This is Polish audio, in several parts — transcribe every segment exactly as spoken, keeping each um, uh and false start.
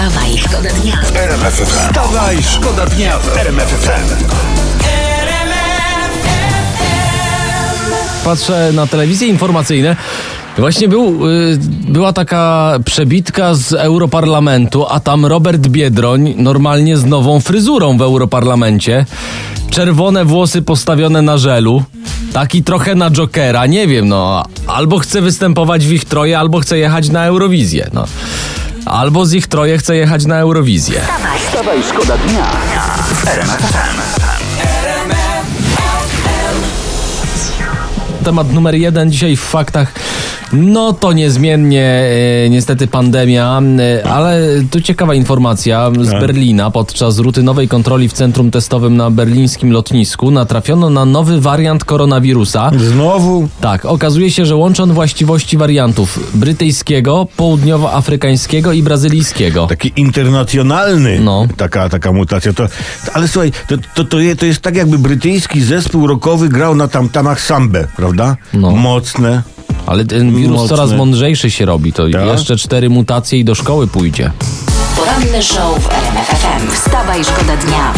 Wstawaj, szkoda dnia w R M F F M. Wstawaj, szkoda dnia w R M F F M. Patrzę na telewizje informacyjne. Właśnie był, y, była taka przebitka z Europarlamentu, a tam Robert Biedroń normalnie z nową fryzurą w Europarlamencie. Czerwone włosy postawione na żelu. Taki trochę na Jokera, nie wiem, no. Albo chce występować w ich troje, albo chce jechać na Eurowizję, no. Albo z ich troje chce jechać na Eurowizję. Wstawaj, wstawaj, szkoda dnia w R M F F M. Temat numer jeden dzisiaj w faktach. No to niezmiennie e, niestety pandemia, e, ale tu ciekawa informacja z Berlina. Podczas rutynowej kontroli w centrum testowym na berlińskim lotnisku natrafiono na nowy wariant koronawirusa. Znowu? Tak, okazuje się, że łączy on właściwości wariantów brytyjskiego, południowoafrykańskiego i brazylijskiego. Taki internacjonalny, No. taka, taka mutacja. To, to, ale słuchaj, to, to, to, je, to jest tak, jakby brytyjski zespół rockowy grał na tamtamach sambę, prawda? No. Mocne. Ale ten wirus Mocne. coraz mądrzejszy się robi. To Tak? jeszcze cztery mutacje i do szkoły pójdzie. Poranny show w R M F F M. Wstawaj, szkoda dnia.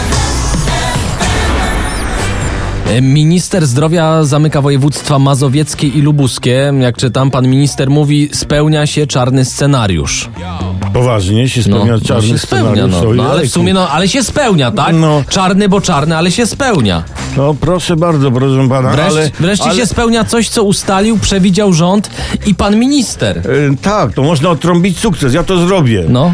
Minister zdrowia zamyka województwa mazowieckie i lubuskie. Jak czytam, pan minister mówi, spełnia się czarny scenariusz. Poważnie się spełnia no czarny się spełnia, scenariusz. no, no ale w Ojejku. sumie, no ale się spełnia, tak? No. Czarny, bo czarny, ale się spełnia. No proszę bardzo, proszę pana, Wreszcie, ale... wreszcie ale, się spełnia coś, co ustalił, przewidział rząd i pan minister. y, tak, to można odtrąbić sukces, ja to zrobię. No,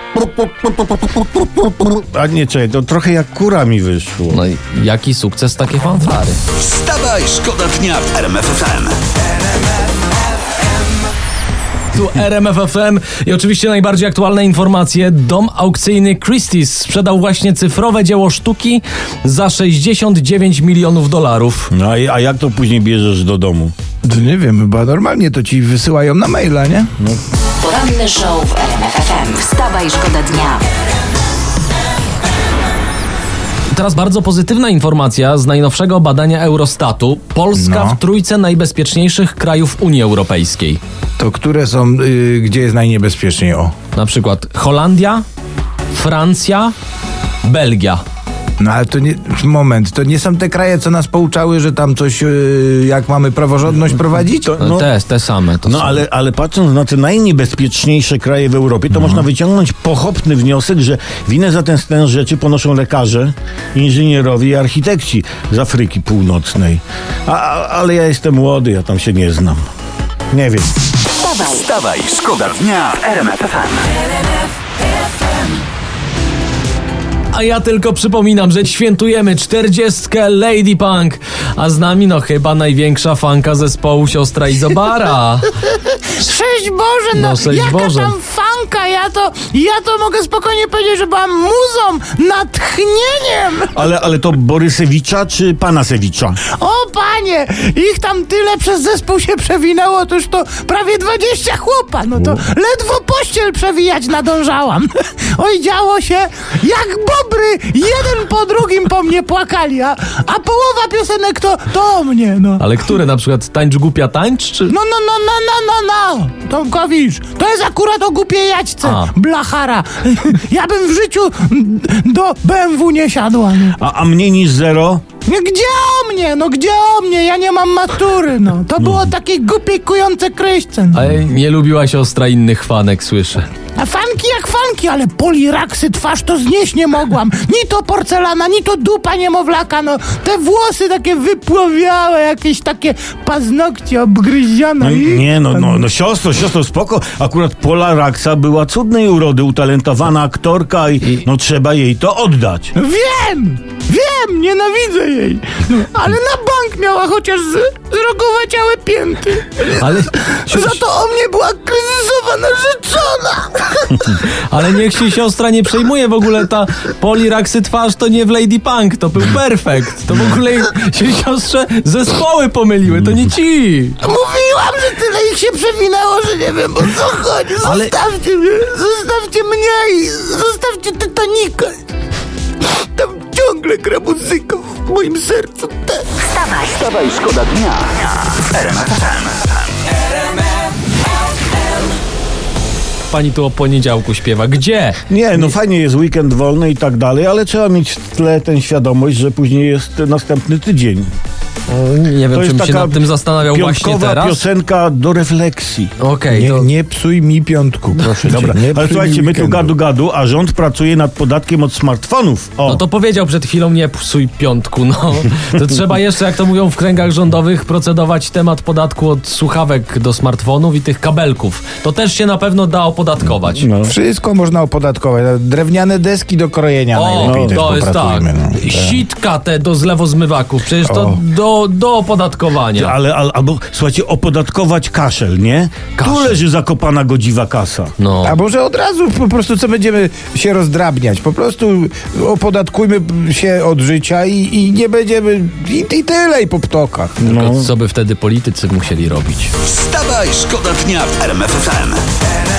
A nie, czekaj, to trochę jak kura mi wyszło. no i jaki sukces, takie fanfary. Wstawaj, szkoda dnia w R M F F M. Tu R M F F M i oczywiście najbardziej aktualne informacje. Dom aukcyjny Christie's sprzedał właśnie cyfrowe dzieło sztuki za sześćdziesiąt dziewięć milionów dolarów. No, a, a jak to później bierzesz do domu? To nie wiem, chyba normalnie to ci wysyłają na maila, nie? Poranny show w R M F F M. Wstawaj, szkoda dnia. Teraz bardzo pozytywna informacja z najnowszego badania Eurostatu. Polska No. w trójce najbezpieczniejszych krajów Unii Europejskiej. To które są, y, gdzie jest najniebezpieczniej? O. Na przykład Holandia, Francja, Belgia. No ale to nie, moment, to nie są te kraje, co nas pouczały, że tam coś, y, jak mamy praworządność prowadzić? To, No, no, te, te same. To no są. ale, ale patrząc na te najniebezpieczniejsze kraje w Europie, to można wyciągnąć pochopny wniosek, że winę za ten stan rzeczy ponoszą lekarze, inżynierowie i architekci z Afryki Północnej. A, a, ale ja jestem młody, ja tam się nie znam. Nie wiem. Wstawaj, Wstawaj, szkoda dnia w R M F F M. A ja tylko przypominam, że świętujemy czterdziestkę Lady Punk, a z nami no chyba największa fanka zespołu Siostra Izobara. Szczęść Boże, no, No, szczęść jaka Boże. tam fanka, ja to, ja to mogę spokojnie powiedzieć, że byłam muzą, natchnieniem. Ale, ale to Borysewicza czy Panasewicza? O panie, ich tam tyle przez zespół się przewinęło, to już to prawie dwadzieścia chłopa, no to ledwo pościel przewijać nadążałam. Oj, działo się jak bobry, jeden po drugim po mnie płakali, a, a połowa piosenek to, to o mnie, no. Ale które na przykład tańcz głupia tańcz, czy... No, no, no, no, no, no, no. Tomkowicz, to jest akurat o głupiej jaćce, A. blachara. Ja bym w życiu do B M W nie siadła. No. A, a mniej niż zero? Gdzie o mnie? No gdzie o mnie? Ja nie mam matury, no. To było takie głupie, kujące kryśce. No. Ale nie lubiła siostra innych fanek, słyszę. A fanki jak fanki, ale poliraksy twarz to znieść nie mogłam. Ni to porcelana, ni to dupa niemowlaka, no. Te włosy takie wypłowiałe, jakieś takie paznokcie obgryzione. No, nie, no, no, no siostro, siostro, spoko. Akurat Pola Raksa była cudnej urody, utalentowana aktorka i no trzeba jej to oddać. Wiem! Wiem! Nienawidzę jej! No, ale na bank miała chociaż z, zrogowaciałe pięty. Ale, Za to o mnie była kryzysowa narzeczona! ale niech się siostra nie przejmuje w ogóle, ta poliraksy twarz to nie w Lady Punk, to był Perfekt. To w ogóle się siostrze zespoły pomyliły, to nie ci. Mówiłam, że tyle ich się przewinęło, że nie wiem o co chodzi. Ale- Zostawcie mnie! Zostawcie mnie i zostawcie Titanica! Tam ciągle gra muzyka w moim sercu. wstawaj, Wstawaj, szkoda dnia w R M F F M. pani tu o poniedziałku śpiewa. Gdzie? Nie, no fajnie jest weekend wolny i tak dalej, ale trzeba mieć w tle tę świadomość, że później jest następny tydzień. Nie wiem, To czym jest się taka nad tym zastanawiał właśnie piątkowa teraz. piosenka do refleksji. Okej, Nie, to... nie psuj mi piątku, proszę Dobra, cię. Nie ale psuj słuchajcie, mi my tu weekendu. gadu gadu, a rząd pracuje nad podatkiem od smartfonów. O, No to powiedział przed chwilą, nie psuj piątku, no. To trzeba jeszcze, jak to mówią w kręgach rządowych, procedować temat podatku od słuchawek do smartfonów i tych kabelków. To też się na pewno da opodatkować. no. Wszystko można opodatkować. Drewniane deski do krojenia O, najlepiej też to jest tak. popracujmy, no. Sitka te do zlewozmywaków, przecież to O. do, do opodatkowania. Ale, ale albo, słuchajcie, opodatkować kaszel, nie? Tu Kaszel. leży zakopana godziwa kasa. No. A może od razu po prostu co będziemy się rozdrabniać? Po prostu opodatkujmy się od życia i, i nie będziemy... I, I tyle, i po ptokach. Tylko co by wtedy politycy musieli robić? Wstawaj, szkoda dnia w R M F F M.